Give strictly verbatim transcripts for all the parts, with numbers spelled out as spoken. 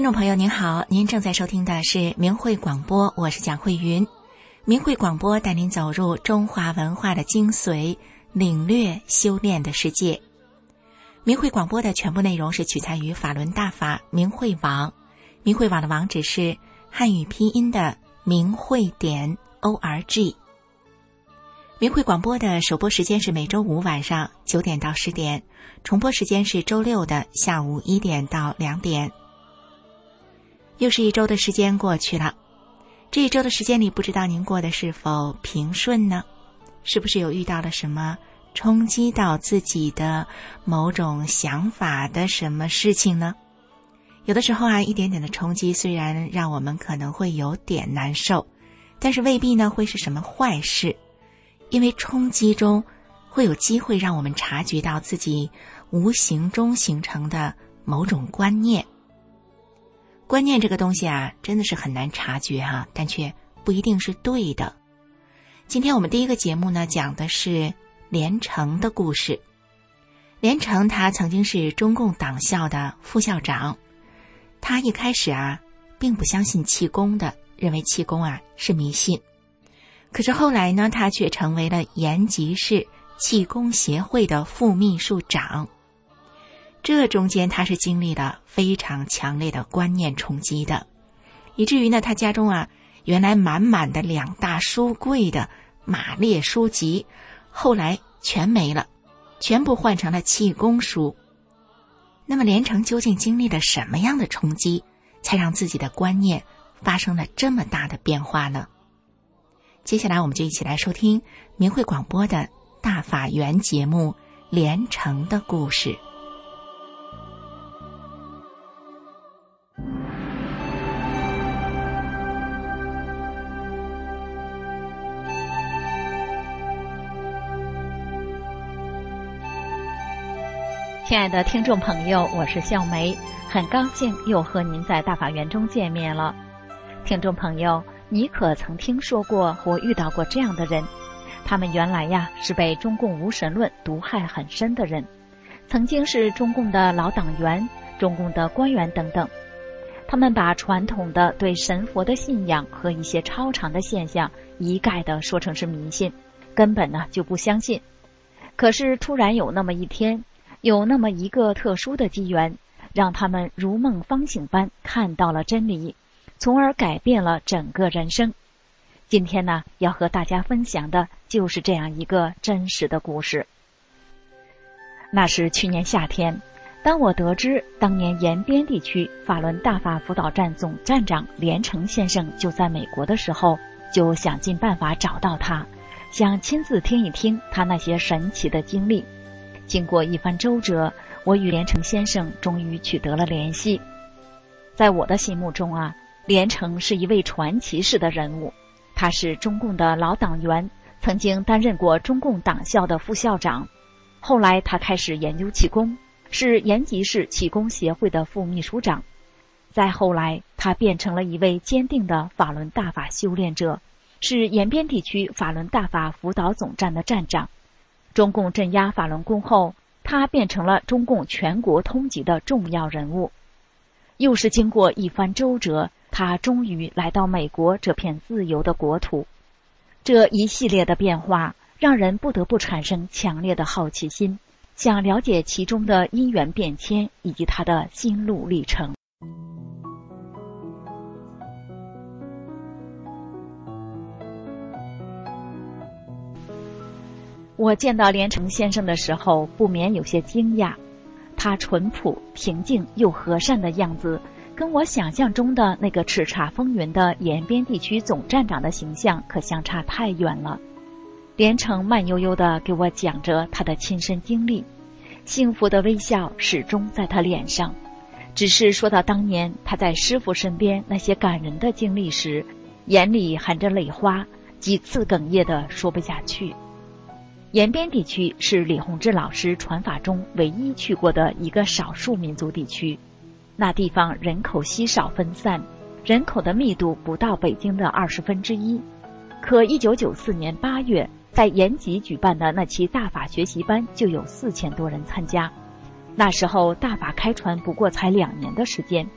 众朋友您好，您正在收听的是明慧广播，我是蒋慧云。明慧广播带您走入中华文化的精髓，领略修炼的世界。明慧广播的全部内容是取材于法轮大法明慧网，明慧网的网址是汉语拼音的明慧点 org。明慧广播的首播时间是每周五晚上九点到十点，重播时间是周六的下午一点到两点。又是一周的时间过去了，这一周的时间里，不知道您过得是否平顺呢？是不是有遇到了什么冲击到自己的某种想法的什么事情呢？有的时候啊，一点点的冲击虽然让我们可能会有点难受，但是未必呢会是什么坏事，因为冲击中会有机会让我们察觉到自己无形中形成的某种观念。观念这个东西啊，真的是很难察觉哈、啊，但却不一定是对的。今天我们第一个节目呢，讲的是连城的故事。连城他曾经是中共党校的副校长，他一开始啊，并不相信气功的，认为气功啊是迷信。可是后来呢，他却成为了延吉市气功协会的副秘书长。这中间他是经历了非常强烈的观念冲击的，以至于呢，他家中啊原来满满的两大书柜的马列书籍，后来全没了，全部换成了气功书。那么连城究竟经历了什么样的冲击，才让自己的观念发生了这么大的变化呢？接下来我们就一起来收听明慧广播的大法缘节目《连城的故事》。 亲爱的听众朋友，我是笑梅，很高兴又和您在大法缘中见面了。听众朋友，你可曾听说过或遇到过这样的人？他们原来呀是被中共无神论毒害很深的人，曾经是中共的老党员、中共的官员等等。他们把传统的对神佛的信仰和一些超常的现象一概的说成是迷信，根本呢就不相信。可是突然有那么一天，有那么一个特殊的机缘，让他们如梦方醒般看到了真理，从而改变了整个人生。今天呢，要和大家分享的就是这样一个真实的故事。那是去年夏天，当我得知当年延边地区法轮大法辅导站总站长连城先生就在美国的时候，就想尽办法找到他，想亲自听一听他那些神奇的经历。经过一番周折，我与连城先生终于取得了联系。在我的心目中啊，连城是一位传奇式的人物。他是中共的老党员，曾经担任过中共党校的副校长。后来他开始研究气功，是延吉市气功协会的副秘书长。再后来，他变成了一位坚定的法轮大法修炼者，是延边地区法轮大法辅导总站的站长。中共镇压法轮功后，他变成了中共全国通缉的重要人物。又是经过一番周折，他终于来到美国这片自由的国土。这一系列的变化，让人不得不产生强烈的好奇心，想了解其中的因缘变迁以及他的心路历程。我见到连城先生的时候，不免有些惊讶。他淳朴、平静又和善的样子，跟我想象中的那个叱咤风云的延边地区总站长的形象可相差太远了。连城慢悠悠地给我讲着他的亲身经历，幸福的微笑始终在他脸上。只是说到当年他在师父身边那些感人的经历时，眼里含着泪花，几次哽咽地说不下去。延边地区是李洪志老师传法中唯一去过的一个少数民族地区，那地方人口稀少分散，人口的密度不到北京的二十分之一。可一九九四年八月，在延吉举办的那期大法学习班就有四千多人参加。那时候大法开传不过才两年的时间，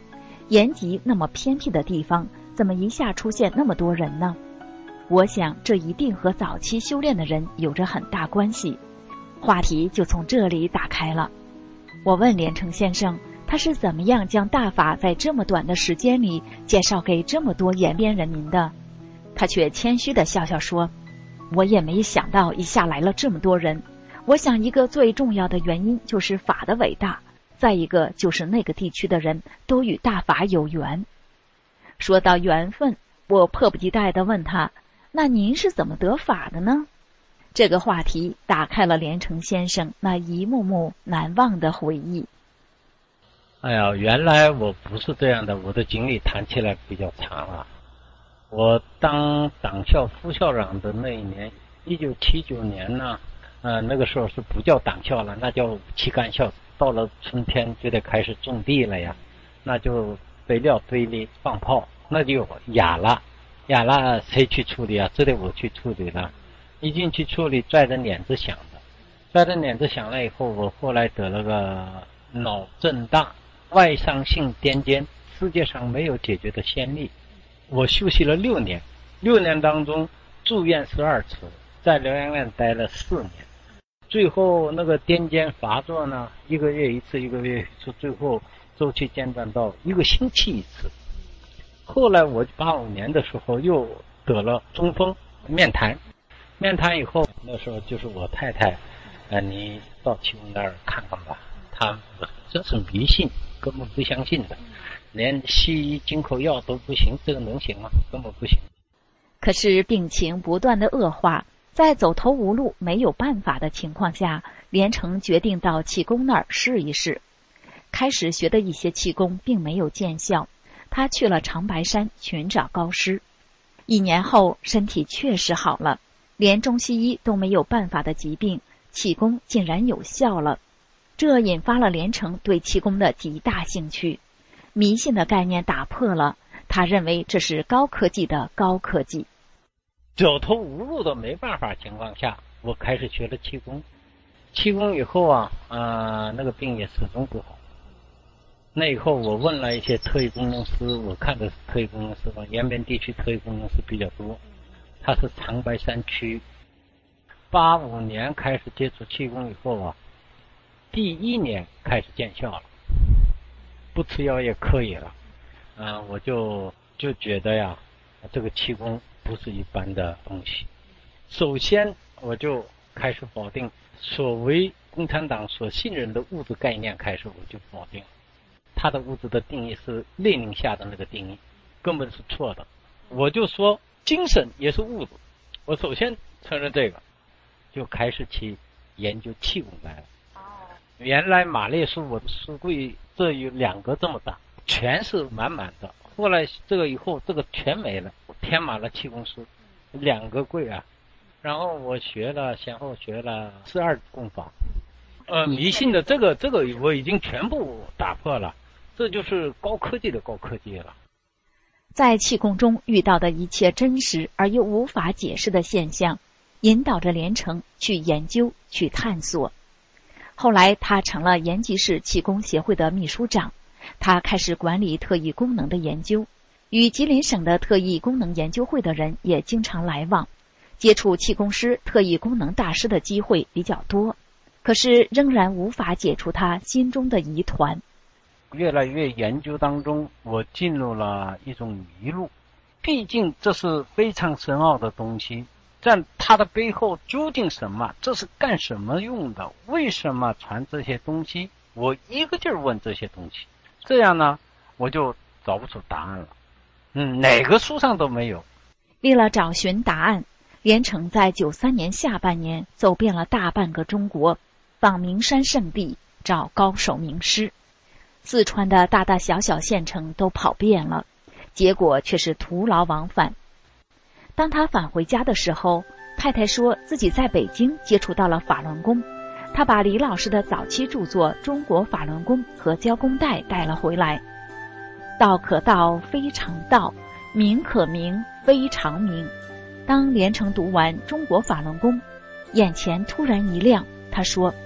延吉那么偏僻的地方，怎么一下出现那么多人呢？我想这一定和早期修炼的人有着很大关系。话题就从这里打开了。我问连城先生，他是怎么样将大法在这么短的时间里介绍给这么多延边人民的？他却谦虚地笑笑说，我也没想到一下来了这么多人。我想一个最重要的原因就是法的伟大，再一个就是那个地区的人都与大法有缘。说到缘分，我迫不及待地问他，那您是怎么得法的呢？这个话题打开了连城先生那一幕幕难忘的回忆。 哎呀，原来我不是这样的，我的经历谈起来比较长啊。我当党校副校长的那一年，一九七九年呢，呃，那个时候是不叫党校了，那叫旗杆校。到了春天就得开始种地了呀，那就肥料堆里放炮，那就哑了，哑了谁去处理啊？只得我去处理了。一进去处理，拽着脸子响的，拽着脸子响了以后，我后来得了个脑震荡。外伤性癫痫，世界上没有解决的先例。我休息了六年，六年当中住院十二次，在疗养院待了四年。最后那个癫痫发作呢，一个月一次，一个月一次，最后周期间断到一个星期一次。后来我八五年的时候又得了中风面瘫，面瘫以后，那时候就是我太太，呃，你到气功那儿看看吧，她真是迷信。根本不相信的，连西医进口药都不行，这个能行吗？根本不行。 可是病情不断的恶化，在走投无路没有办法的情况下，连城决定到气功那儿试一试。开始学的一些气功并没有见效，他去了长白山寻找高师。一年后身体确实好了，连中西医都没有办法的疾病，气功竟然有效了。这引发了连城对气功的极大兴趣，迷信的概念打破了，他认为这是高科技的高科技。 走投无路的没办法情况下，我开始学了气功。气功以后啊，呃，那个病也始终不好。那以后我问了一些特异功能师，我看的是特异功能师吧，延边地区特异功能师比较多，他是长白山区。八五年开始接触气功以后啊，第一年开始见效了，不吃药也可以了，嗯、呃，我就就觉得呀，这个气功不是一般的东西。首先，我就开始否定所谓共产党所信任的物质概念，开始我就否定，他的物质的定义是列宁下的那个定义，根本是错的。我就说精神也是物质，我首先承认这个，就开始去研究气功来了。原来马列书我的书柜这有两个这么大，全是满满的。后来这个以后这个全没了，填满了气功书，两个柜啊。然后我学了，先后学了十二功法。呃，迷信的这个这个我已经全部打破了，这就是高科技的高科技了。 在气功中遇到的一切真实而又无法解释的现象，引导着连城去研究去探索。后来他成了延吉市气功协会的秘书长，他开始管理特异功能的研究，与吉林省的特异功能研究会的人也经常来往，接触气功师、特异功能大师的机会比较多，可是仍然无法解除他心中的疑团。 越来越研究当中，我进入了一种迷路，毕竟这是非常深奥的东西，在它的背后究竟什么？这是干什么用的？为什么传这些东西？我一个劲儿问这些东西，这样呢，我就找不出答案了。嗯，哪个书上都没有。 为了找寻答案，连城在九三年下半年走遍了大半个中国，访名山圣地，找高手名师。四川的大大小小县城都跑遍了，结果却是徒劳往返。当他返回家的时候，太太说自己在北京接触到了法轮功，他把李老师的早期著作《中国法轮功》和胶弓带带了回来。道可道非常道，名可名非常名。当连城读完《中国法轮功》，眼前突然一亮，他说：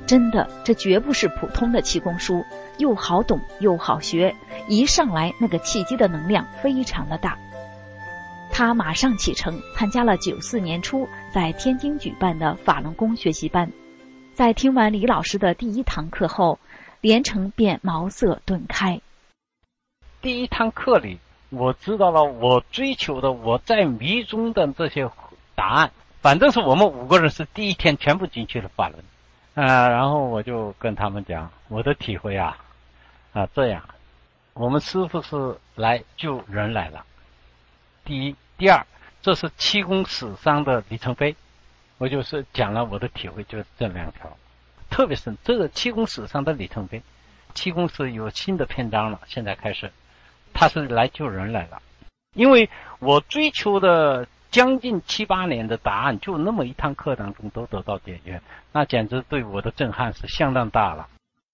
真的，这绝不是普通的气功书，又好懂又好学，一上来那个气机的能量非常的大。他马上启程，参加了九四年初在天津举办的法轮功学习班。在听完李老师的第一堂课后，连城便茅塞顿开。 第一堂课里，我知道了我追求的我在迷中的这些答案。反正是我们五个人是第一天全部进去了法轮，呃，然后我就跟他们讲我的体会啊，啊这样，我们师父是来救人来了。第一，第二，这是气功史上的里程碑。我就是讲了我的体会，就是这两条，特别是这个气功史上的里程碑。气功是有新的篇章了，现在开始，他是来救人来了。因为我追求的将近七八年的答案，就那么一堂课当中都得到解决，那简直对我的震撼是相当大了。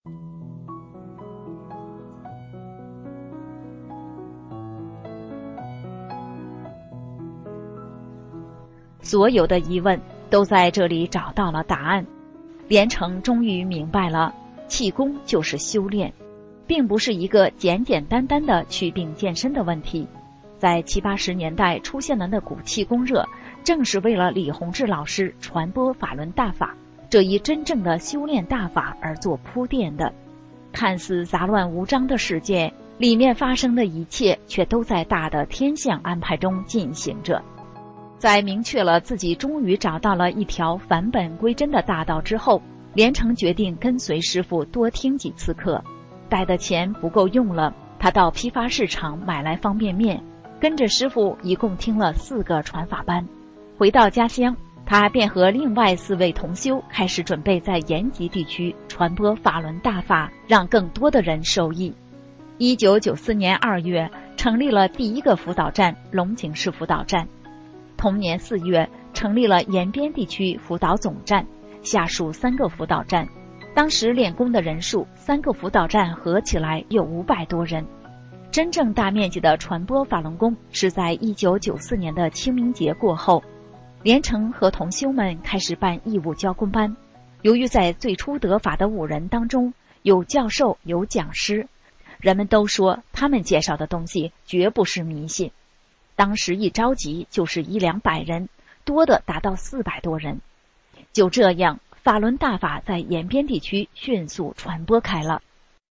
所有的疑问都在这里找到了答案。连城终于明白了，气功就是修炼，并不是一个简简单单的祛病健身的问题。在七八十年代出现的那股气功热，正是为了李洪志老师传播法轮大法这一真正的修炼大法而做铺垫的。看似杂乱无章的世界，里面发生的一切却都在大的天象安排中进行着。在明确了自己终于找到了一条返本归真的大道之后，连城决定跟随师父多听几次课。带的钱不够用了，他到批发市场买来方便面，跟着师父一共听了四个传法班。回到家乡，他便和另外四位同修开始准备在延吉地区传播法轮大法，让更多的人受益。一九九四年二月，成立了第一个辅导站——龙井市辅导站。同年四月，成立了延边地区辅导总站，下属三个辅导站。当时练功的人数，三个辅导站合起来有五百多人。真正大面积的传播法轮功是在一九九四年的清明节过后，连城和同修们开始办义务教功班。由于在最初得法的五人当中有教授有讲师，人们都说他们介绍的东西绝不是迷信。当时一着急就是一两百人，多的达到四百多人。就这样，法轮大法在延边地区迅速传播开了。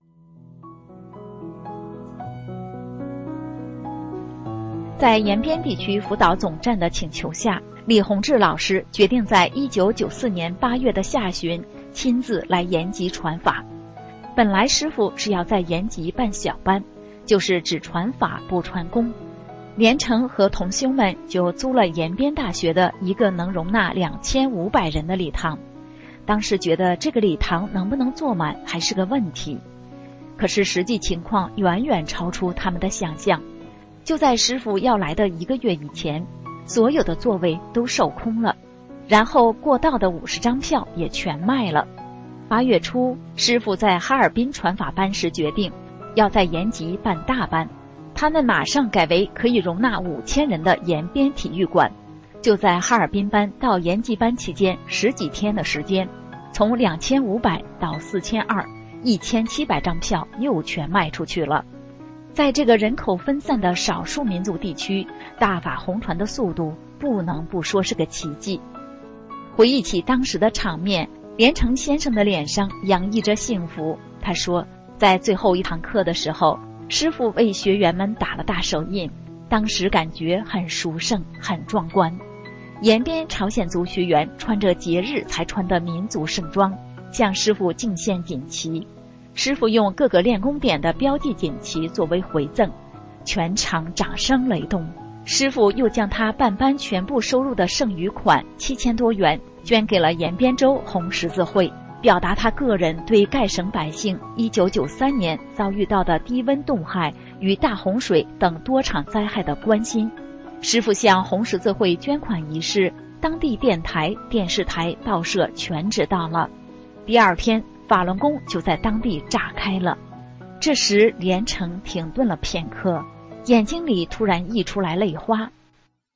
在延边地区辅导总站的请求下，李洪志老师决定在一九九四年八月的下旬亲自来延吉传法。本来师父是要在延吉办小班，就是只传法不传功。连城和同修们就租了延边大学的一个能容纳两千五百人的礼堂。当时觉得这个礼堂能不能坐满还是个问题，可是实际情况远远超出他们的想象。就在师父要来的一个月以前，所有的座位都售空了，然后过道的五十张票也全卖了。八月初，师父在哈尔滨传法班时决定要在延吉办大班，他们马上改为可以容纳五千人的延边体育馆。就在哈尔滨班到延吉班期间十几天的时间，从两千五百到四千二，一千七百张票又全卖出去了。在这个人口分散的少数民族地区，大法红传的速度不能不说是个奇迹。回忆起当时的场面，连城先生的脸上洋溢着幸福。他说，在最后一堂课的时候，师父为学员们打了大手印，当时感觉很殊胜，很壮观。延边朝鲜族学员穿着节日才穿的民族盛装，向师父敬献锦旗。师父用各个练功点的标记锦旗作为回赠，全场掌声雷动。师父又将他办班全部收入的剩余款七千多元捐给了延边州红十字会，表达他个人对盖省百姓一九九三年遭遇到的低温冻害与大洪水等多场灾害的关心。师父向红十字会捐款一事，当地电台、电视台、报社全知道了。第二天，法轮功就在当地炸开了。这时连城停顿了片刻，眼睛里突然溢出来泪花。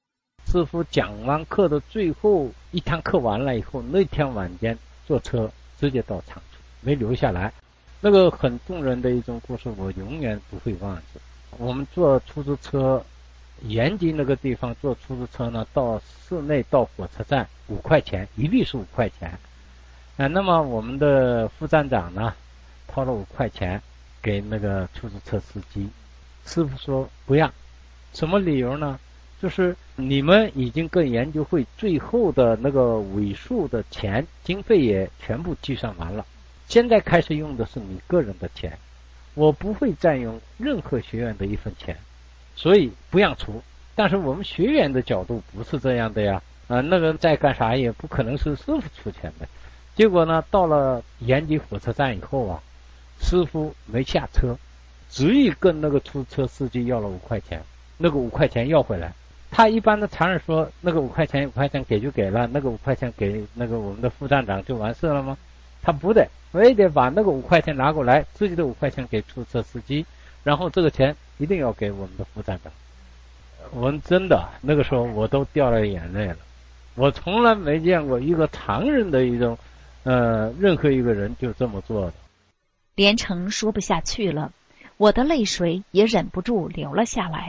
师父讲完课的最后一堂课完了以后，那天晚间坐车直接到长春，没留下来。那个很动人的一种故事，我永远不会忘记。我们坐出租车，延吉那个地方坐出租车呢，到市内到火车站五块钱，一律是五块钱。啊，那么我们的副站长呢，掏了五块钱给那个出租车司机，师傅说不要，什么理由呢？就是你们已经跟研究会最后的那个尾数的钱经费也全部计算完了，现在开始用的是你个人的钱，我不会占用任何学员的一分钱，所以不让出。但是我们学员的角度不是这样的呀，啊，那个再干啥也不可能是师傅出钱的。结果呢，到了延吉火车站以后啊，师傅没下车，执意跟那个出租车司机要了五块钱，那个五块钱要回来。他一般的常人说，那个五块钱五块钱给就给了，那个五块钱给那个我们的副站长就完事了吗？他不得，非得把那个五块钱拿过来，自己的五块钱给出租车司机，然后这个钱一定要给我们的副站长。我们真的那个时候我都掉了眼泪了，我从来没见过一个常人的一种呃任何一个人就这么做的。 连城说不下去了，我的泪水也忍不住流了下来。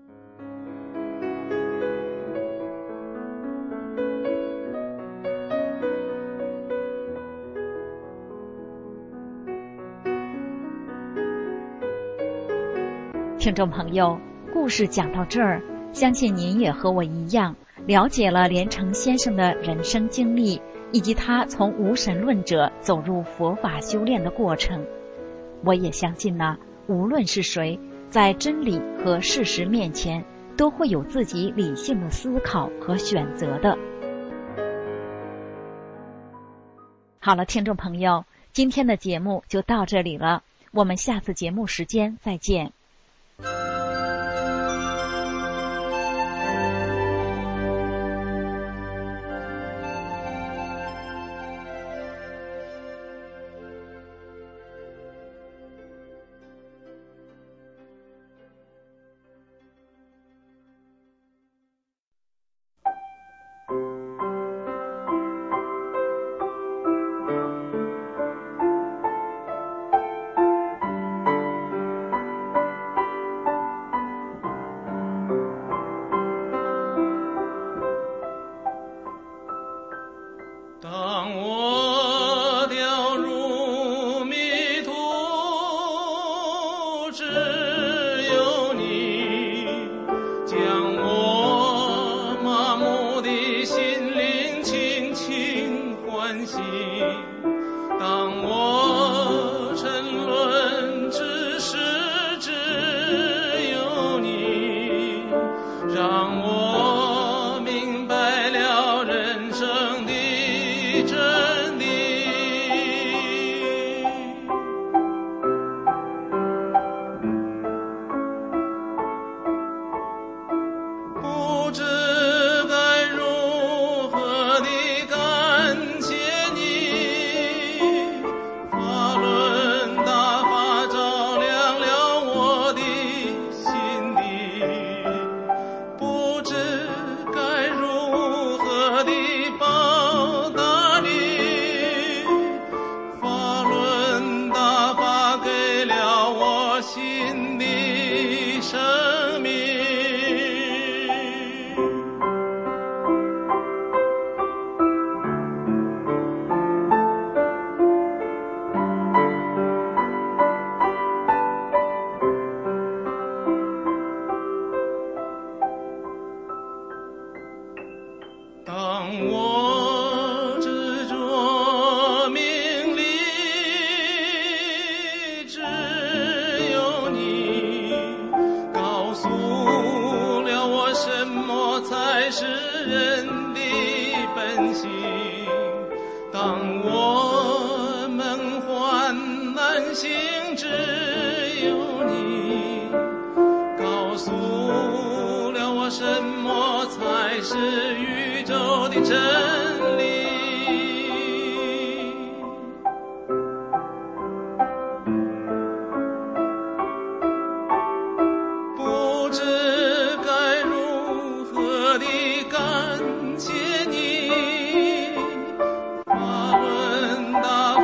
听众朋友，故事讲到这儿，相信您也和我一样了解了连城先生的人生经历，以及他从无神论者走入佛法修炼的过程。我也相信呢，无论是谁，在真理和事实面前，都会有自己理性的思考和选择的。好了，听众朋友，今天的节目就到这里了，我们下次节目时间再见。 感谢你，法轮大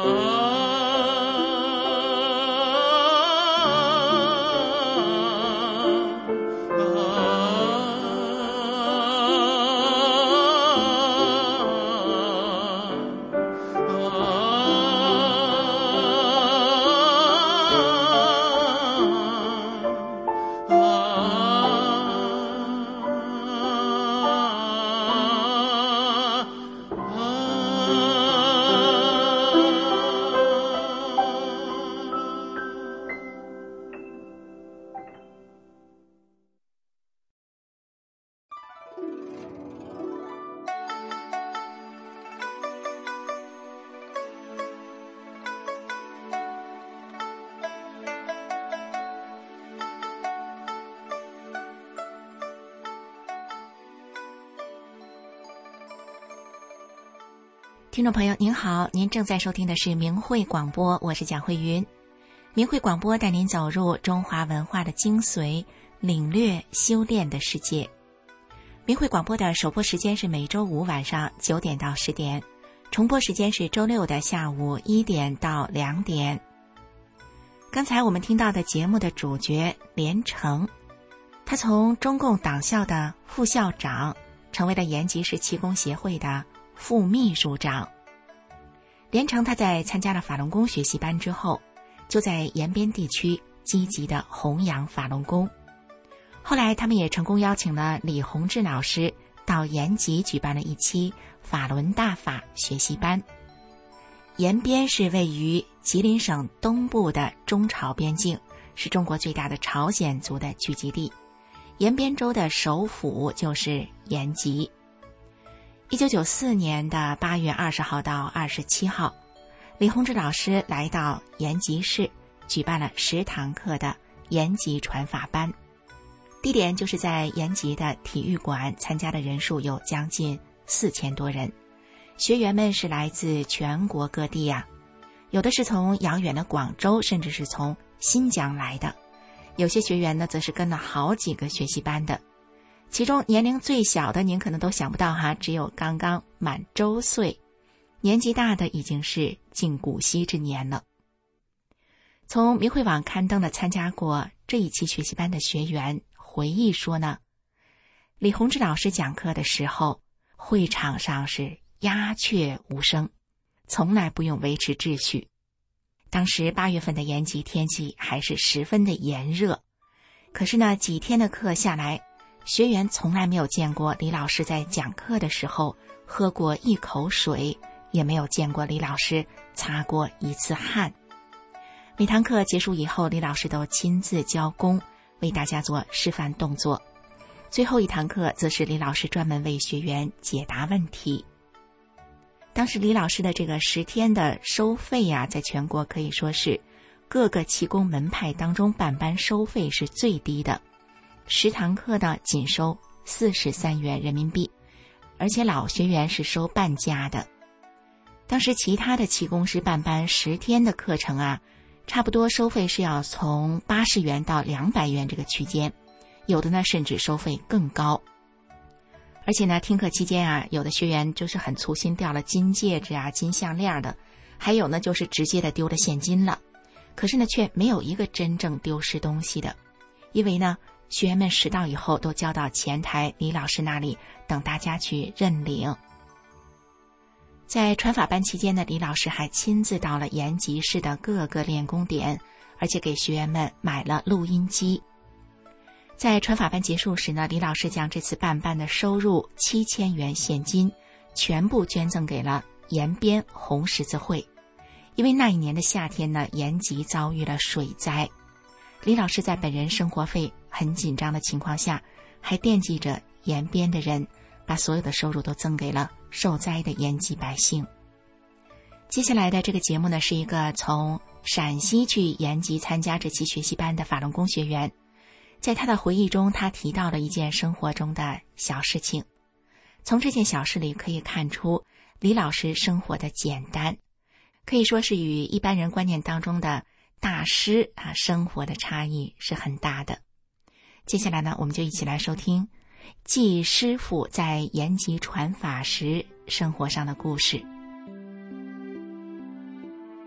听众朋友您好，您正在收听的是明慧广播，我是蒋慧云。明慧广播带您走入中华文化的精髓，领略修炼的世界。明慧广播的首播时间是每周五晚上九点到十点，重播时间是周六的下午一点到两点。刚才我们听到的节目的主角连城，他从中共党校的副校长成为了延吉市气功协会的副秘书长。连城他在参加了法轮功学习班之后，就在延边地区积极的弘扬法轮功。后来他们也成功邀请了李洪志老师到延吉举办了一期法轮大法学习班。延边是位于吉林省东部的中朝边境，是中国最大的朝鲜族的聚集地。延边州的首府就是延吉。一九九四年的八月二十号到二十七号，李洪志老师来到延吉市，举办了十堂课的延吉传法班，地点就是在延吉的体育馆，参加的人数有将近四千多人。学员们是来自全国各地啊，有的是从遥远的广州，甚至是从新疆来的，有些学员呢则是跟了好几个学习班的。其中年龄最小的您可能都想不到哈，只有刚刚满周岁，年纪大的已经是近古稀之年了。从明慧网刊登的参加过这一期学习班的学员回忆说呢，李洪志老师讲课的时候，会场上是鸦雀无声，从来不用维持秩序。当时八月份的延吉天气还是十分的炎热，可是呢几天的课下来，学员从来没有见过李老师在讲课的时候喝过一口水，也没有见过李老师擦过一次汗。每堂课结束以后，李老师都亲自教功，为大家做示范动作。最后一堂课则是李老师专门为学员解答问题。当时李老师的这个十天的收费呀、啊，在全国可以说是各个气功门派当中办班收费是最低的。十堂课呢，仅收四十三元人民币，而且老学员是收半价的。当时其他的气功师办班十天的课程啊，差不多收费是要从八十元到两百元这个区间，有的呢甚至收费更高。而且呢，听课期间啊，有的学员就是很粗心掉了金戒指啊、金项链的，还有呢就是直接的丢了现金了。可是呢，却没有一个真正丢失东西的，因为呢，学员们拾到以后都交到前台李老师那里，等大家去认领。在传法班期间呢，李老师还亲自到了延吉市的各个练功点，而且给学员们买了录音机。在传法班结束时呢，李老师将这次办班的收入七千元现金全部捐赠给了延边红十字会。因为那一年的夏天呢，延吉遭遇了水灾，李老师在本人生活费很紧张的情况下，还惦记着延边的人，把所有的收入都赠给了受灾的延吉百姓。接下来的这个节目呢，是一个从陕西去延吉参加这期学习班的法轮功学员，在他的回忆中，他提到了一件生活中的小事情。从这件小事里可以看出李老师生活的简单，可以说是与一般人观念当中的大师啊生活的差异是很大的。接下来呢，我们就一起来收听季师傅在延吉传法时生活上的故事。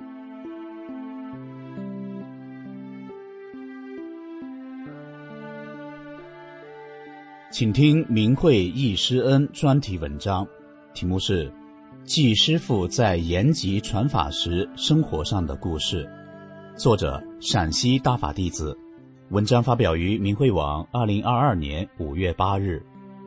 请听明慧忆师恩专题文章，题目是季师傅在延吉传法时生活上的故事，作者陕西大法弟子。文章发表于明慧网二零二二年五月八日。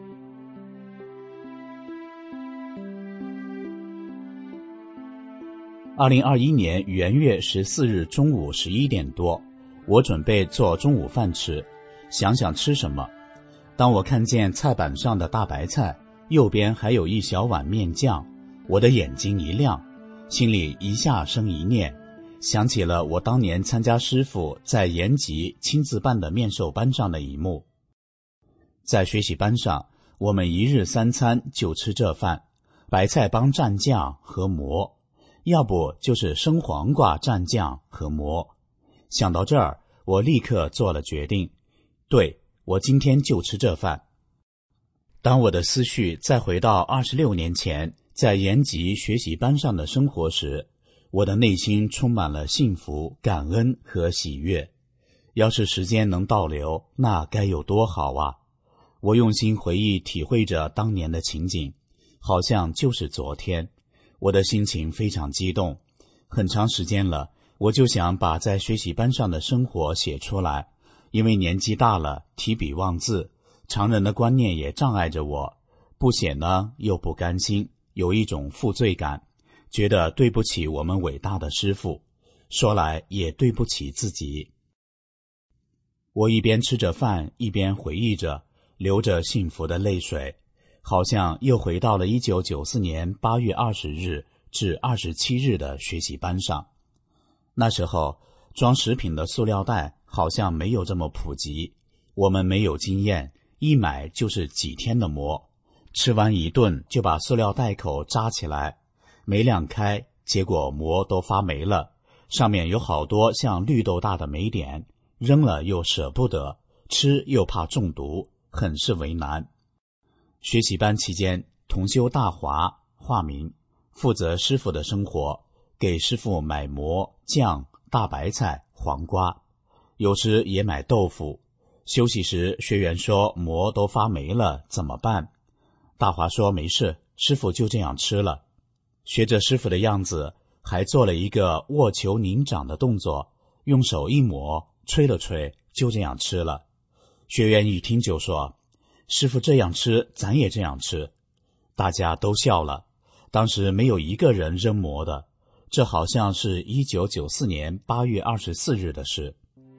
二零二一年元月十四日中午十一点多，我准备做中午饭吃，想想吃什么。当我看见菜板上的大白菜，右边还有一小碗面酱，我的眼睛一亮，心里一下生一念，想起了我当年参加师父在延吉亲自办的面授班上的一幕。在学习班上，我们一日三餐就吃这饭，白菜帮蘸酱和馍，要不就是生黄瓜蘸酱和馍。想到这儿，我立刻做了决定，对，我今天就吃这饭。当我的思绪再回到二十六年前在延吉学习班上的生活时，我的内心充满了幸福、感恩和喜悦。要是时间能倒流，那该有多好啊！我用心回忆体会着当年的情景，好像就是昨天。我的心情非常激动，很长时间了，我就想把在学习班上的生活写出来，因为年纪大了，提笔忘字，常人的观念也障碍着我，不写呢又不甘心，有一种负罪感，觉得对不起我们伟大的师父，说来也对不起自己。我一边吃着饭，一边回忆着，流着幸福的泪水，好像又回到了一九九四年八月二十日至二十七日的学习班上。那时候装食品的塑料袋好像没有这么普及，我们没有经验，一买就是几天的馍，吃完一顿就把塑料袋口扎起来，没晾开，结果馍都发霉了，上面有好多像绿豆大的霉点，扔了又舍不得，吃又怕中毒，很是为难。学习班期间，同修大华化名负责师父的生活，给师父买馍、酱、大白菜、黄瓜，有时也买豆腐。休息时，学员说馍都发霉了，怎么办？大华说没事，师父就这样吃了。学着师父的样子，还做了一个握球拧掌的动作，用手一抹，吹了吹，就这样吃了。学员一听就说，师父这样吃，咱也这样吃。大家都笑了，当时没有一个人扔馍的，这好像是一九九四年八月二十四日的事。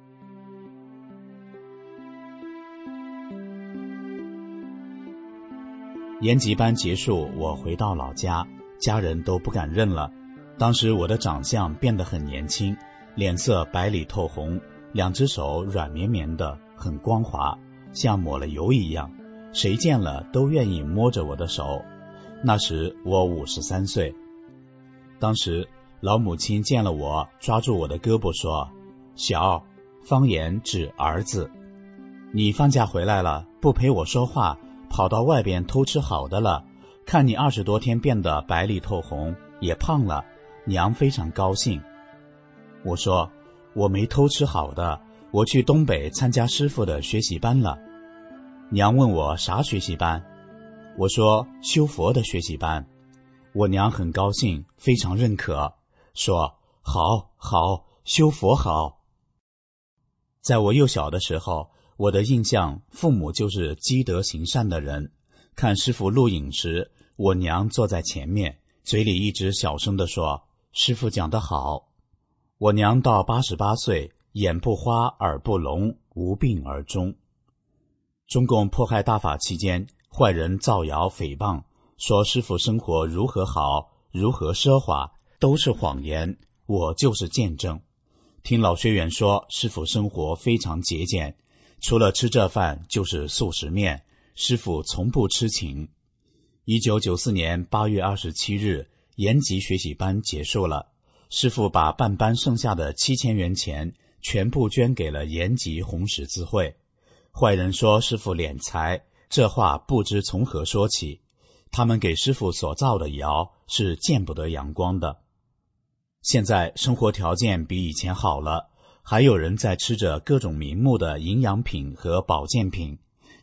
延吉班结束，我回到老家，家人都不敢认了。当时我的长相变得很年轻，脸色白里透红，两只手软绵绵的，很光滑，像抹了油一样，谁见了都愿意摸着我的手。那时我五十三岁。当时老母亲见了我，抓住我的胳膊说，小，方言指儿子，你放假回来了，不陪我说话，跑到外边偷吃好的了，看你二十多天变得白里透红，也胖了，娘非常高兴。我说，我没偷吃好的，我去东北参加师父的学习班了。娘问我啥学习班，我说修佛的学习班。我娘很高兴，非常认可，说好好，修佛好。在我幼小的时候，我的印象，父母就是积德行善的人。看师父录影时，我娘坐在前面，嘴里一直小声地说，师父讲得好。我娘到八十八岁，眼不花，耳不聋，无病而终。中共迫害大法期间，坏人造谣诽谤，说师父生活如何好，如何奢华，都是谎言，我就是见证。听老学员说，师父生活非常节俭，除了吃这饭就是素食面，师父从不吃芹。一九九四年八月二十七日，延吉学习班结束了，师父把办班剩下的七千元钱全部捐给了延吉红十字会。坏人说师父敛财，这话不知从何说起，他们给师父所造的谣是见不得阳光的。现在生活条件比以前好了，还有人在吃着各种名目的营养品和保健品，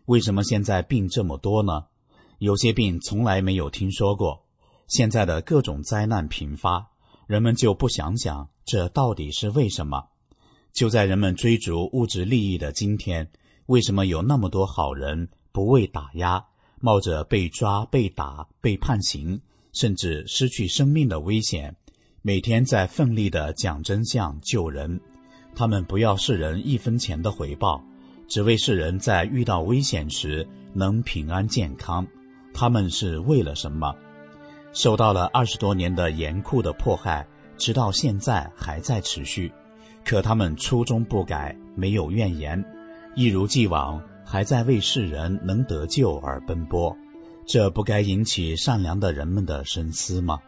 为什么现在病这么多呢？有些病从来没有听说过。现在的各种灾难频发，人们就不想想这到底是为什么？就在人们追逐物质利益的今天，为什么有那么多好人不畏打压，冒着被抓、被打、被判刑，甚至失去生命的危险，每天在奋力地讲真相、救人？他们不要世人一分钱的回报，只为世人在遇到危险时能平安健康。他们是为了什么？受到了二十多年的严酷的迫害，直到现在还在持续。可他们初衷不改，没有怨言，一如既往，还在为世人能得救而奔波。这不该引起善良的人们的深思吗？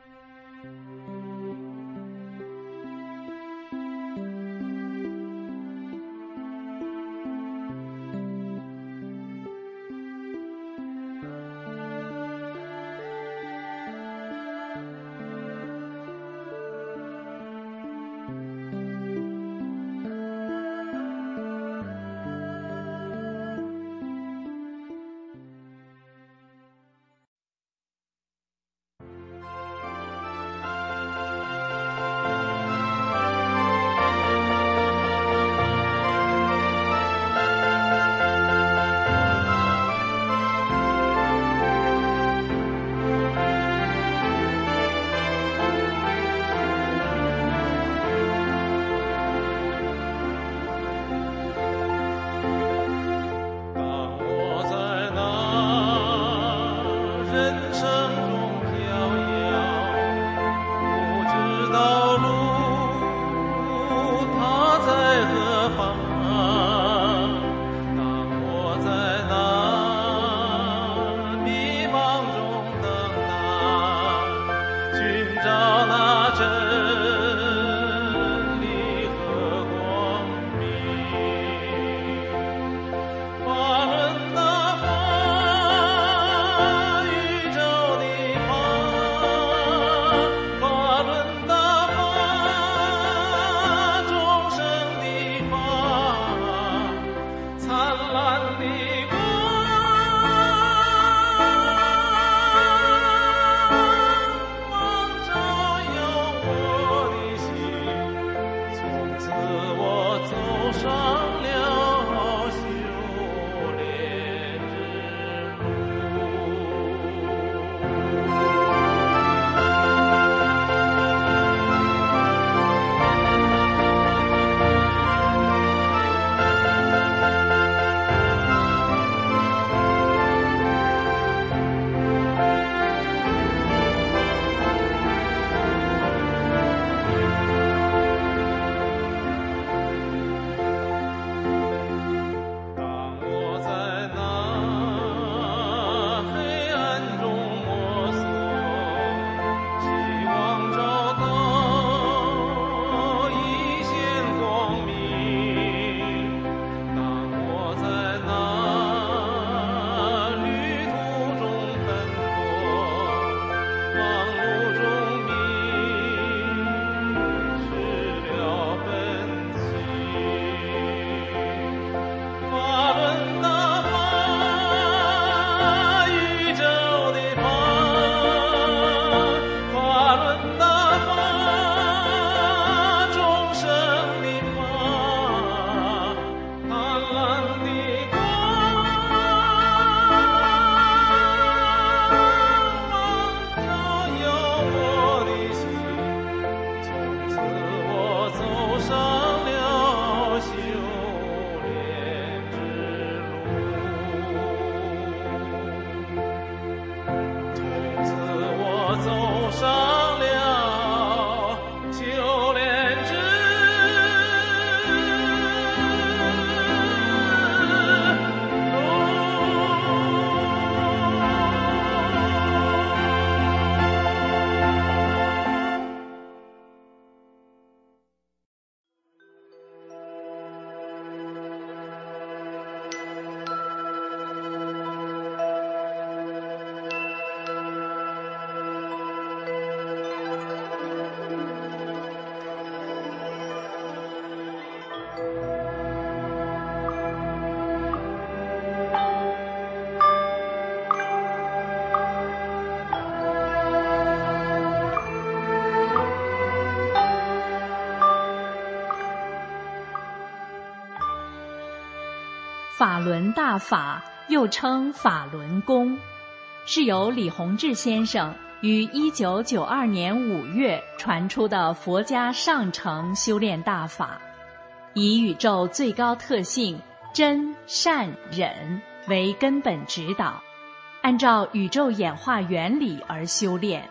法轮大法又称法轮功，是由李洪志先生于一九九二年五月传出的佛家上乘修炼大法，以宇宙最高特性真善忍为根本指导，按照宇宙演化原理而修炼。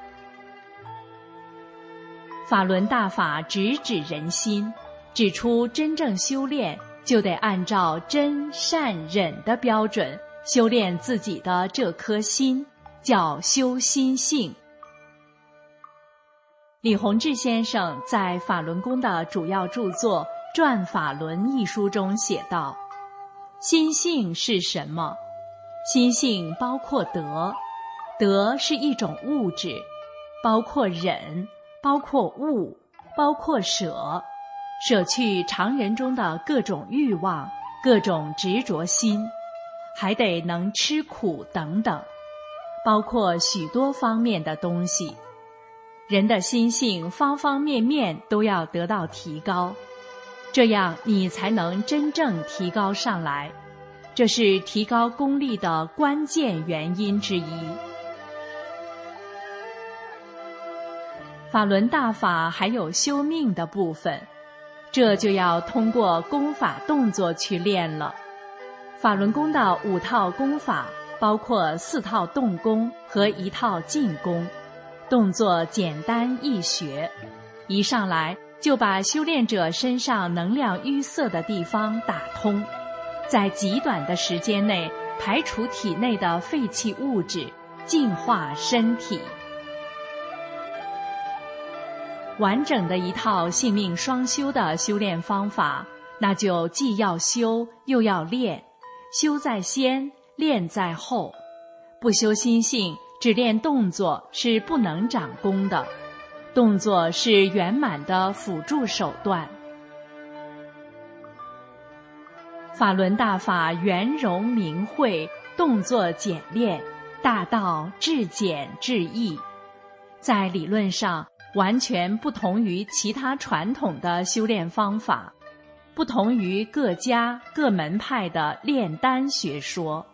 法轮大法直指人心，指出真正修炼就得按照真善忍的标准修炼自己的这颗心，叫修心性。李洪志先生在法轮功的主要著作《转法轮》一书中写道：心性是什么？心性包括德，德是一种物质，包括忍，包括悟，包括舍，舍去常人中的各种欲望，各种执着心，还得能吃苦等等，包括许多方面的东西。人的心性方方面面都要得到提高，这样你才能真正提高上来，这是提高功力的关键原因之一。法轮大法还有修命的部分，这就要通过功法动作去练了。法轮功的五套功法包括四套动功和一套静功，动作简单易学，一上来就把修炼者身上能量淤塞的地方打通，在极短的时间内排除体内的废弃物质，净化身体。完整的一套性命双修的修炼方法，那就既要修又要练，修在先，练在后。不修心性，只练动作是不能长功的，动作是圆满的辅助手段。法轮大法圆融明慧，动作简练，大道至简至易，在理论上完全不同于其他传统的修炼方法，不同于各家各门派的炼丹学说。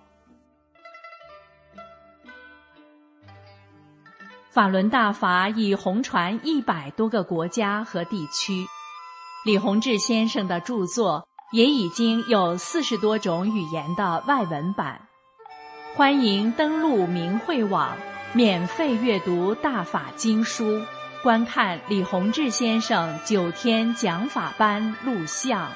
法轮大法已红传一百多个国家和地区，李洪志先生的著作也已经有四十多种语言的外文版。欢迎登录明慧网，免费阅读大法经书，观看李洪志先生九天讲法班录像。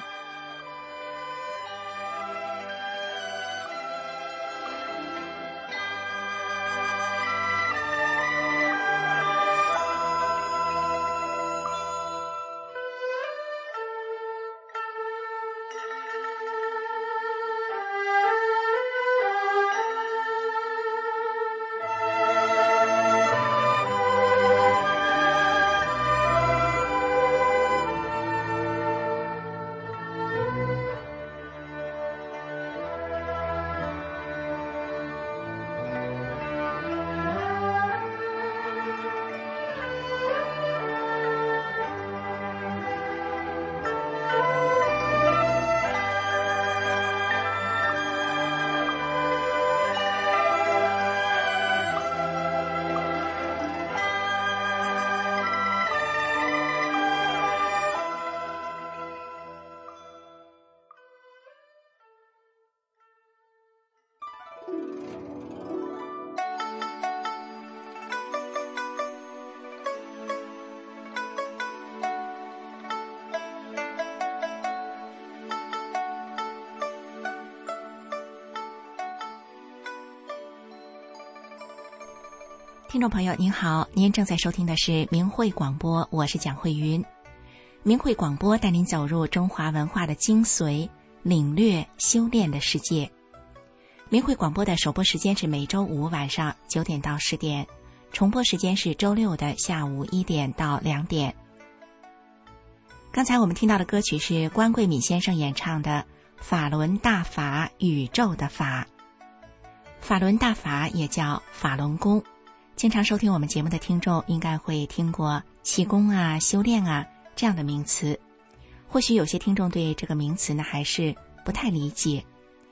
听众朋友您好，您正在收听的是明慧广播，我是蒋慧云。明慧广播带您走入中华文化的精髓，领略修炼的世界。明慧广播的首播时间是每周五晚上九点到十点，重播时间是周六的下午一点到两点。刚才我们听到的歌曲是关桂敏先生演唱的《法轮大法宇宙的法》。法轮大法也叫法轮功，经常收听我们节目的听众应该会听过气功啊、修炼啊这样的名词。或许有些听众对这个名词呢还是不太理解。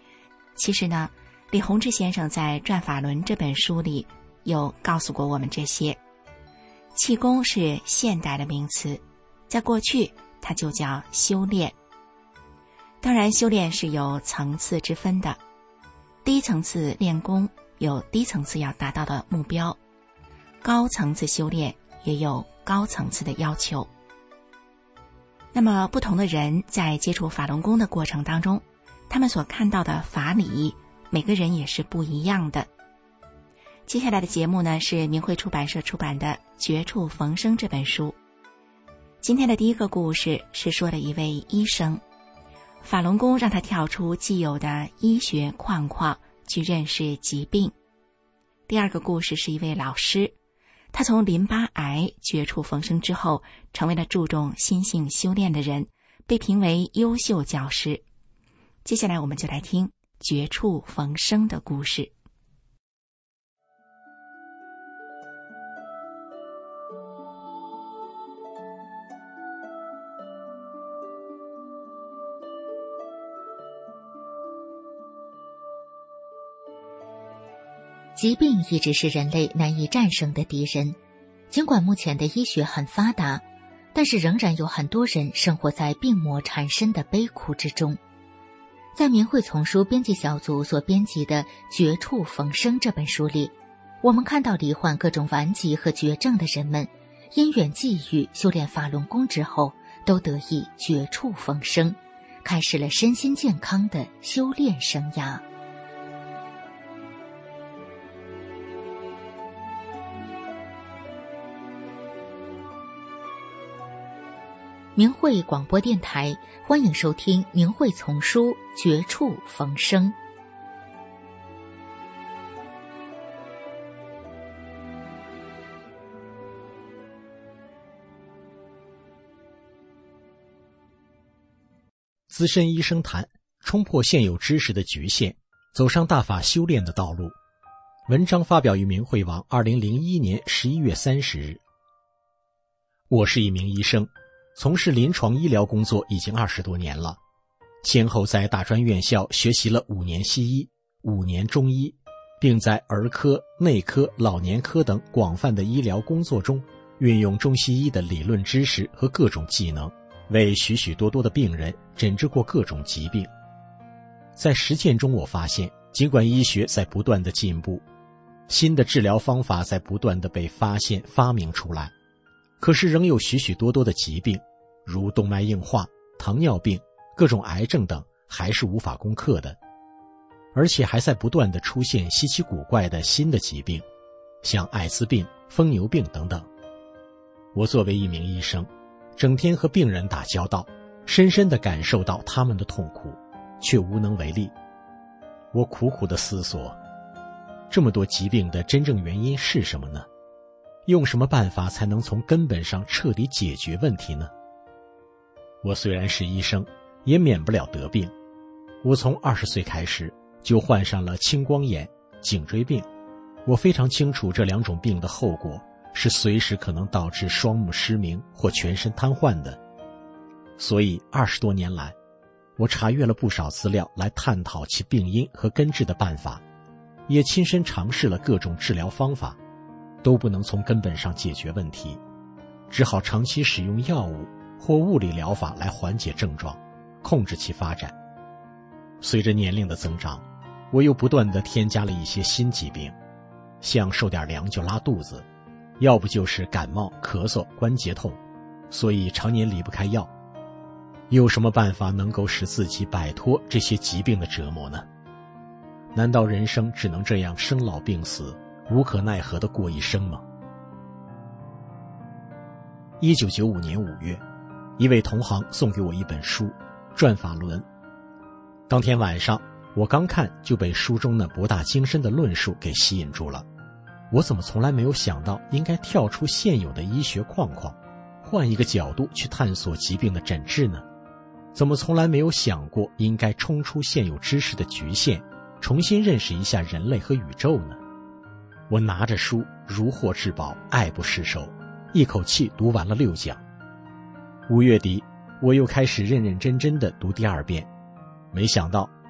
其实呢，李洪志先生在《转法轮》这本书里有告诉过我们这些。气功是现代的名词，在过去它就叫修炼。当然，修炼是有层次之分的，低层次练功有低层次要达到的目标，高层次修炼也有高层次的要求。那么不同的人在接触法轮功的过程当中，他们所看到的法理，每个人也是不一样的。接下来的节目呢，是明慧出版社出版的《绝处逢生》这本书。今天的第一个故事是说的一位医生，法轮功让他跳出既有的医学框框，去认识疾病。第二个故事是一位老师，他从淋巴癌绝处逢生之后，成为了注重心性修炼的人，被评为优秀教师。接下来我们就来听绝处逢生的故事。 疾病一直是人类难以战胜的敌人，尽管目前的医学很发达，但是仍然有很多人生活在病魔缠身的悲苦之中。在明慧丛书编辑小组所编辑的《绝处逢生》这本书里，我们看到罹患各种顽疾和绝症的人们，因缘际遇修炼法轮功之后，都得以绝处逢生，开始了身心健康的修炼生涯。明慧广播电台，欢迎收听明慧丛书《绝处逢生》。 资深医生谈冲破现有知识的局限，走上大法修炼的道路。文章发表于明慧网二零零一年十一月三十日。我是一名医生，从事临床医疗工作已经二十多年了，先后在大专院校学习了五年西医、五年中医，并在儿科、内科、老年科等广泛的医疗工作中，运用中西医的理论知识和各种技能，为许许多多的病人诊治过各种疾病。在实践中，我发现，尽管医学在不断的进步，新的治疗方法在不断的被发现、发明出来，可是仍有许许多多的疾病，如动脉硬化、糖尿病、各种癌症等，还是无法攻克的。而且还在不断的出现稀奇古怪的新的疾病，像艾滋病、疯牛病等等。我作为一名医生，整天和病人打交道，深深地感受到他们的痛苦，却无能为力。我苦苦地思索，这么多疾病的真正原因是什么呢？用什么办法才能从根本上彻底解决问题呢？我虽然是医生，也免不了得病。我从二十岁开始就患上了青光眼、颈椎病。我非常清楚这两种病的后果是随时可能导致双目失明或全身瘫痪的。所以二十多年来，我查阅了不少资料来探讨其病因和根治的办法，也亲身尝试了各种治疗方法，都不能从根本上解决问题，只好长期使用药物或物理疗法来缓解症状，控制其发展。随着年龄的增长，我又不断地添加了一些新疾病，像受点凉就拉肚子，要不就是感冒、咳嗽、关节痛，所以常年离不开药。有什么办法能够使自己摆脱这些疾病的折磨呢？难道人生只能这样生老病死，无可奈何地过一生吗？一九九五年五月，一位同行送给我一本书《转法轮》。当天晚上，我刚看就被书中那博大精深的论述给吸引住了。我怎么从来没有想到应该跳出现有的医学框框，换一个角度去探索疾病的诊治呢？怎么从来没有想过应该冲出现有知识的局限，重新认识一下人类和宇宙呢？我拿着书如获至宝，爱不释手，一口气读完了六讲。五月底，我又开始认认真真地读第二遍。没想到，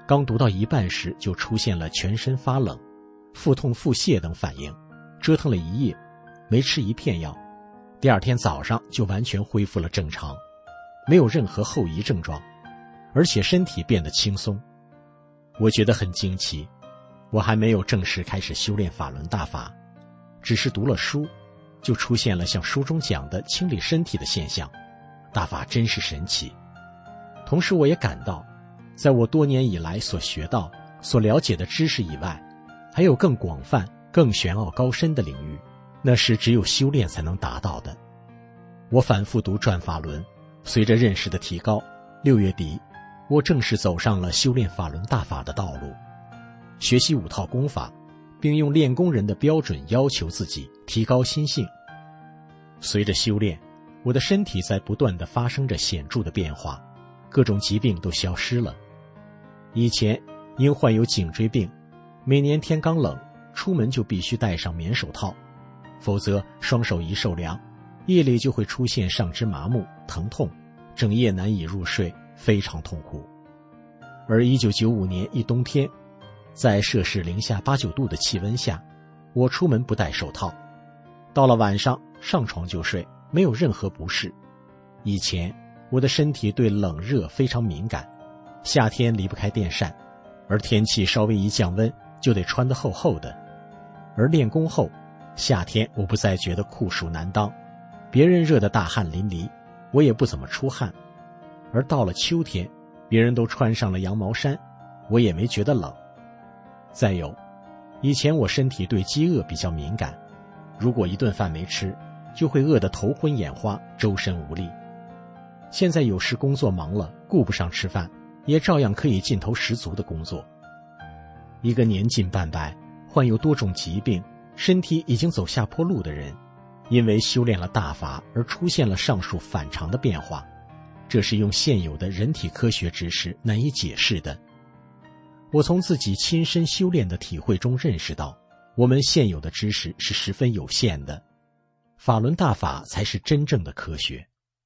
刚读到一半时就出现了全身发冷、腹痛、腹泻等反应，折腾了一夜，没吃一片药，第二天早上就完全恢复了正常，没有任何后遗症状，而且身体变得轻松。我觉得很惊奇，我还没有正式开始修炼法轮大法，只是读了书，就出现了像书中讲的清理身体的现象，大法真是神奇。同时我也感到，在我多年以来所学到、所了解的知识以外，还有更广泛、更玄奥高深的领域，那是只有修炼才能达到的。我反复读转法轮，随着认识的提高，六月底，我正式走上了修炼法轮大法的道路，学习五套功法，并用练功人的标准要求自己，提高心性。随着修炼，我的身体在不断地发生着显著的变化，各种疾病都消失了。以前因患有颈椎病，每年天刚冷，出门就必须戴上棉手套，否则双手一受凉，夜里就会出现上肢麻木、疼痛，整夜难以入睡，非常痛苦。而一九九五年一冬天，在摄氏零下八九度的气温下，我出门不戴手套，到了晚上上床就睡，没有任何不适。以前我的身体对冷热非常敏感，夏天离不开电扇，而天气稍微一降温就得穿得厚厚的。而练功后，夏天我不再觉得酷暑难当，别人热得大汗淋漓，我也不怎么出汗。而到了秋天，别人都穿上了羊毛衫，我也没觉得冷。再有，以前我身体对饥饿比较敏感，如果一顿饭没吃，就会饿得头昏眼花，周身无力。现在有时工作忙了，顾不上吃饭，也照样可以劲头十足的工作。一个年近半百，患有多种疾病，身体已经走下坡路的人，因为修炼了大法而出现了上述反常的变化，这是用现有的人体科学知识难以解释的。我从自己亲身修炼的体会中认识到，我们现有的知识是十分有限的，法轮大法才是真正的科学。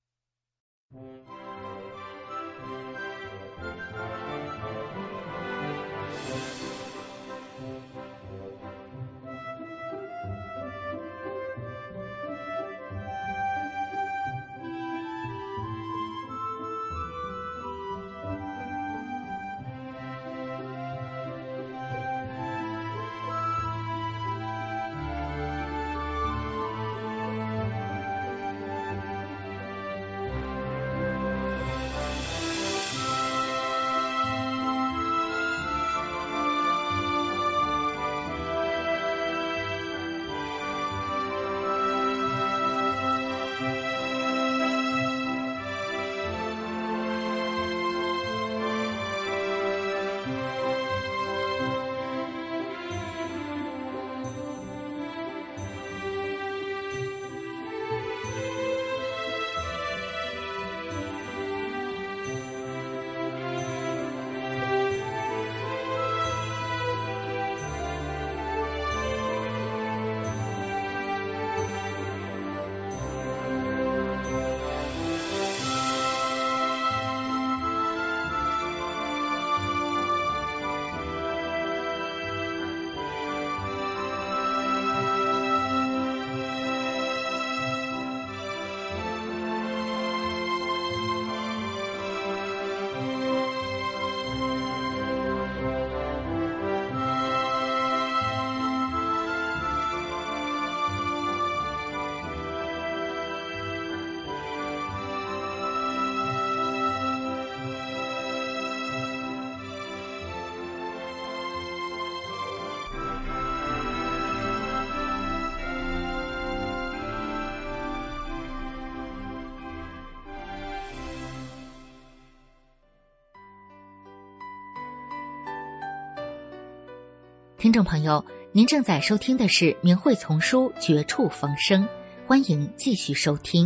听众朋友，您正在收听的是明慧丛书绝处逢生，欢迎继续收听。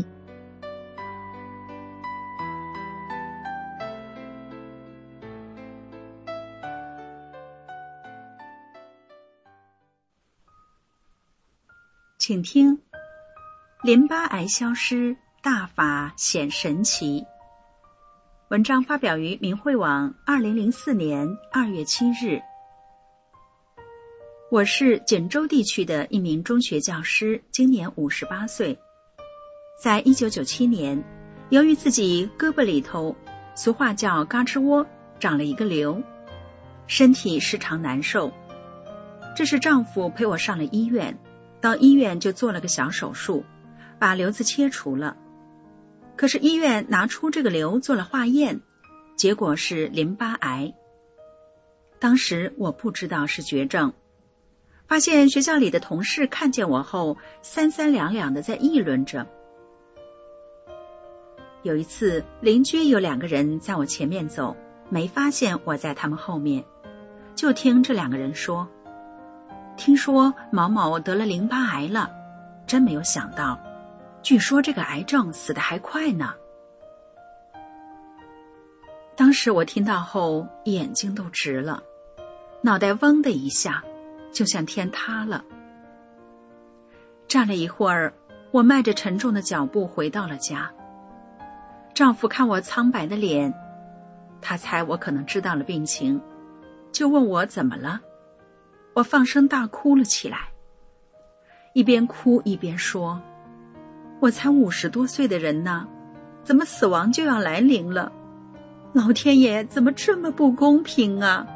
请听，淋巴癌消失，大法显神奇。 文章发表于明慧网二零零四年二月七日。我是锦州地区的一名中学教师，今年五十八岁。在一九九七年，由于自己胳膊里头，俗话叫嘎吱窝，长了一个瘤，身体时常难受。这是丈夫陪我上了医院，到医院就做了个小手术，把瘤子切除了。可是医院拿出这个瘤做了化验，结果是淋巴癌。当时我不知道是绝症，发现学校里的同事看见我后，三三两两的在议论着。有一次，邻居有两个人在我前面走，没发现我在他们后面，就听这两个人说：“听说某某得了淋巴癌了，真没有想到。据说这个癌症死得还快呢。”当时我听到后眼睛都直了，脑袋嗡的一下，就像天塌了。站了一会儿，我迈着沉重的脚步回到了家。丈夫看我苍白的脸，他猜我可能知道了病情，就问我怎么了。我放声大哭了起来，一边哭一边说：“我才五十多岁的人呢，怎么死亡就要来临了？老天爷怎么这么不公平啊？”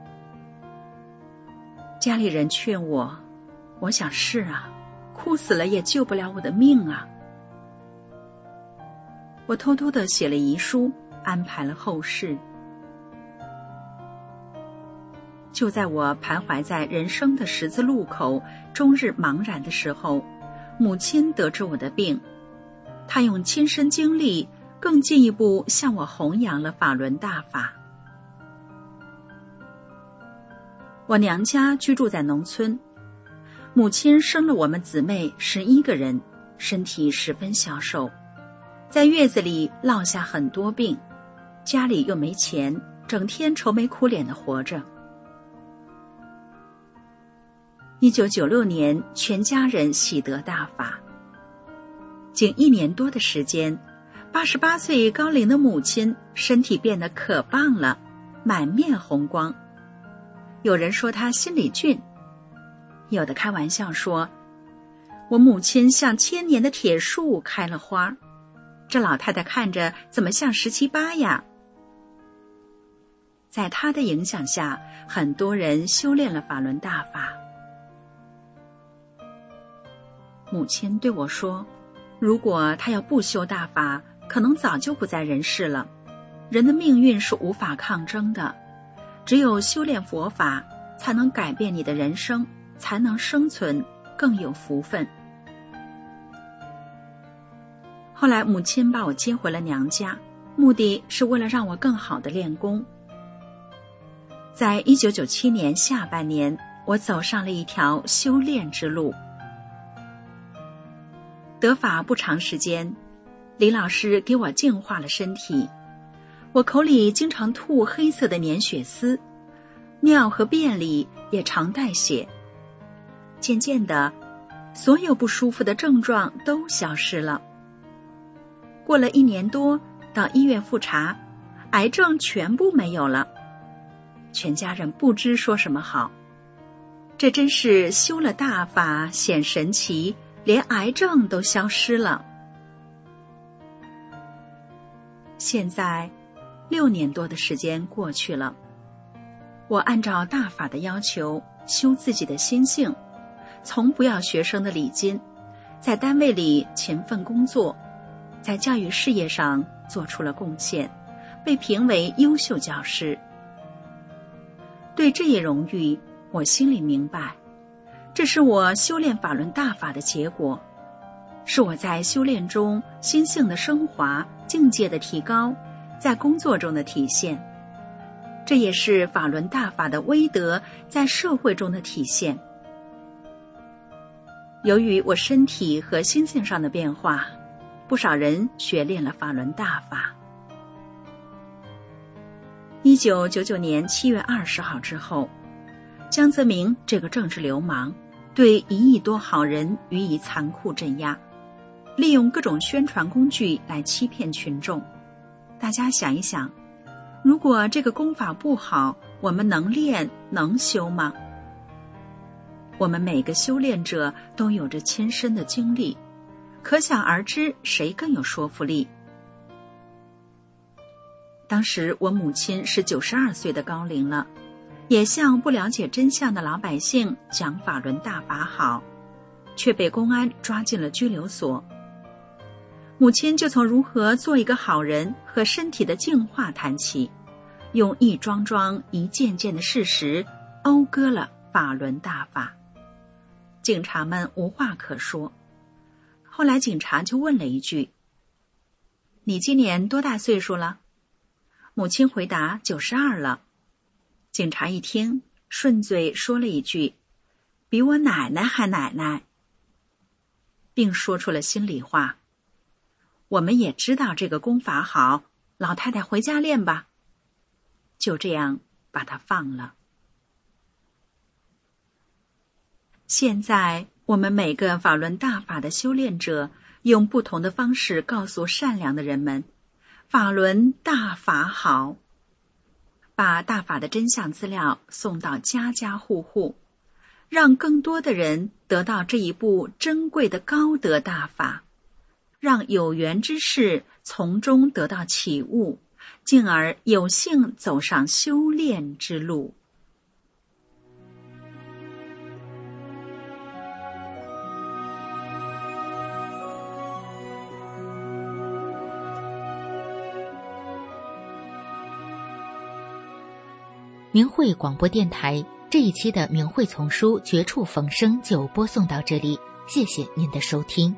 家里人劝我，我想是啊，哭死了也救不了我的命啊。我偷偷地写了遗书，安排了后事。就在我徘徊在人生的十字路口，终日茫然的时候，母亲得知我的病，她用亲身经历更进一步向我弘扬了法轮大法。我娘家居住在农村，母亲生了我们姊妹十一个人，身体十分消瘦，在月子里落下很多病，家里又没钱，整天愁眉苦脸的活着。一九九六年，全家人喜得大法。仅一年多的时间，八十八岁高龄的母亲身体变得可棒了，满面红光。有人说她心里俊，有的开玩笑说，我母亲像千年的铁树开了花，这老太太看着怎么像十七八呀？在她的影响下，很多人修炼了法轮大法。母亲对我说，如果她要不修大法，可能早就不在人世了。人的命运是无法抗争的，只有修炼佛法，才能改变你的人生，才能生存，更有福分。后来母亲把我接回了娘家，目的是为了让我更好的练功。在一九九七年下半年，我走上了一条修炼之路。得法不长时间，李老师给我净化了身体，我口里经常吐黑色的粘血丝，尿和便里也常带血。渐渐的，所有不舒服的症状都消失了。过了一年多，到医院复查，癌症全部没有了。全家人不知说什么好，这真是修了大法显神奇，连癌症都消失了。现在六年多的时间过去了，我按照大法的要求修自己的心性，从不要学生的礼金，在单位里勤奋工作，在教育事业上做出了贡献，被评为优秀教师。对这一荣誉，我心里明白，这是我修炼法轮大法的结果，是我在修炼中心性的升华，境界的提高，在工作中的体现。这也是法轮大法的威德在社会中的体现。由于我身体和心性上的变化，不少人学练了法轮大法。一九九九年七月二十号之后，江泽民这个政治流氓对一亿多好人予以残酷镇压，利用各种宣传工具来欺骗群众。 大家想一想，如果这个功法不好，我们能练能修吗？我们每个修炼者都有着亲身的经历，可想而知谁更有说服力。当时我母亲是九十二岁的高龄了，也向不了解真相的老百姓讲法轮大法好，却被公安抓进了拘留所。母亲就从如何做一个好人和身体的净化谈起，用一桩桩一件件的事实讴歌了法轮大法。警察们无话可说。后来警察就问了一句：你今年多大岁数了？母亲回答九十二了。警察一听，顺嘴说了一句：比我奶奶还奶奶，并说出了心里话：我们也知道这个功法好，老太太回家练吧。就这样把她放了。现在我们每个法轮大法的修炼者，用不同的方式告诉善良的人们，法轮大法好，把大法的真相资料送到家家户户，让更多的人得到这一部珍贵的高德大法，让有缘之士从中得到启悟，进而有幸走上修炼之路。 明慧广播电台这一期的明慧丛书《绝处逢生》就播送到这里，谢谢您的收听。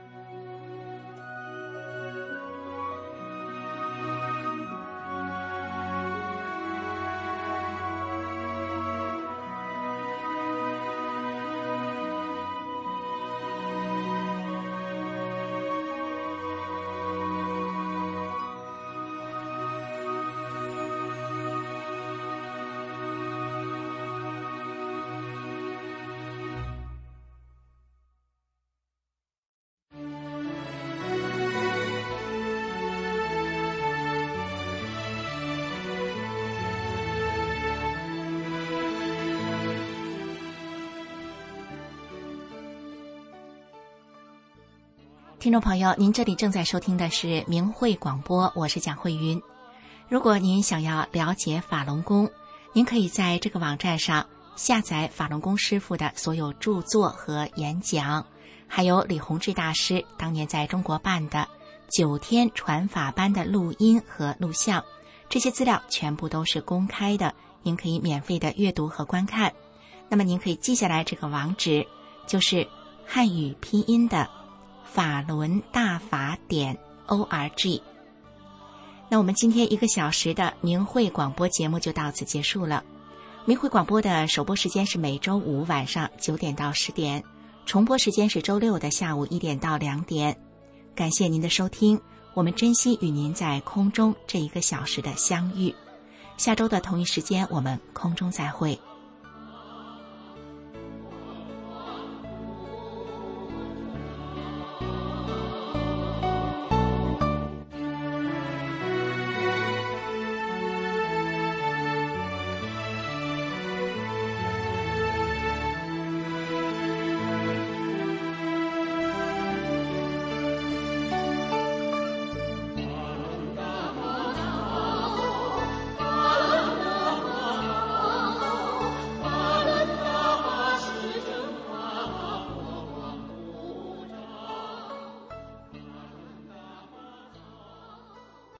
听众朋友，您这里正在收听的是明慧广播，我是蒋慧云。如果您想要了解法轮功，您可以在这个网站上下载法轮功师傅的所有著作和演讲，还有李洪志大师当年在中国办的九天传法班的录音和录像，这些资料全部都是公开的，您可以免费的阅读和观看。那么您可以记下来这个网址，就是汉语拼音的法轮大法点 org。 那我们今天一个小时的明慧广播节目就到此结束了。明慧广播的首播时间是每周五晚上九点到十点，重播时间是周六的下午一点到两点。感谢您的收听，我们珍惜与您在空中这一个小时的相遇。下周的同一时间我们空中再会。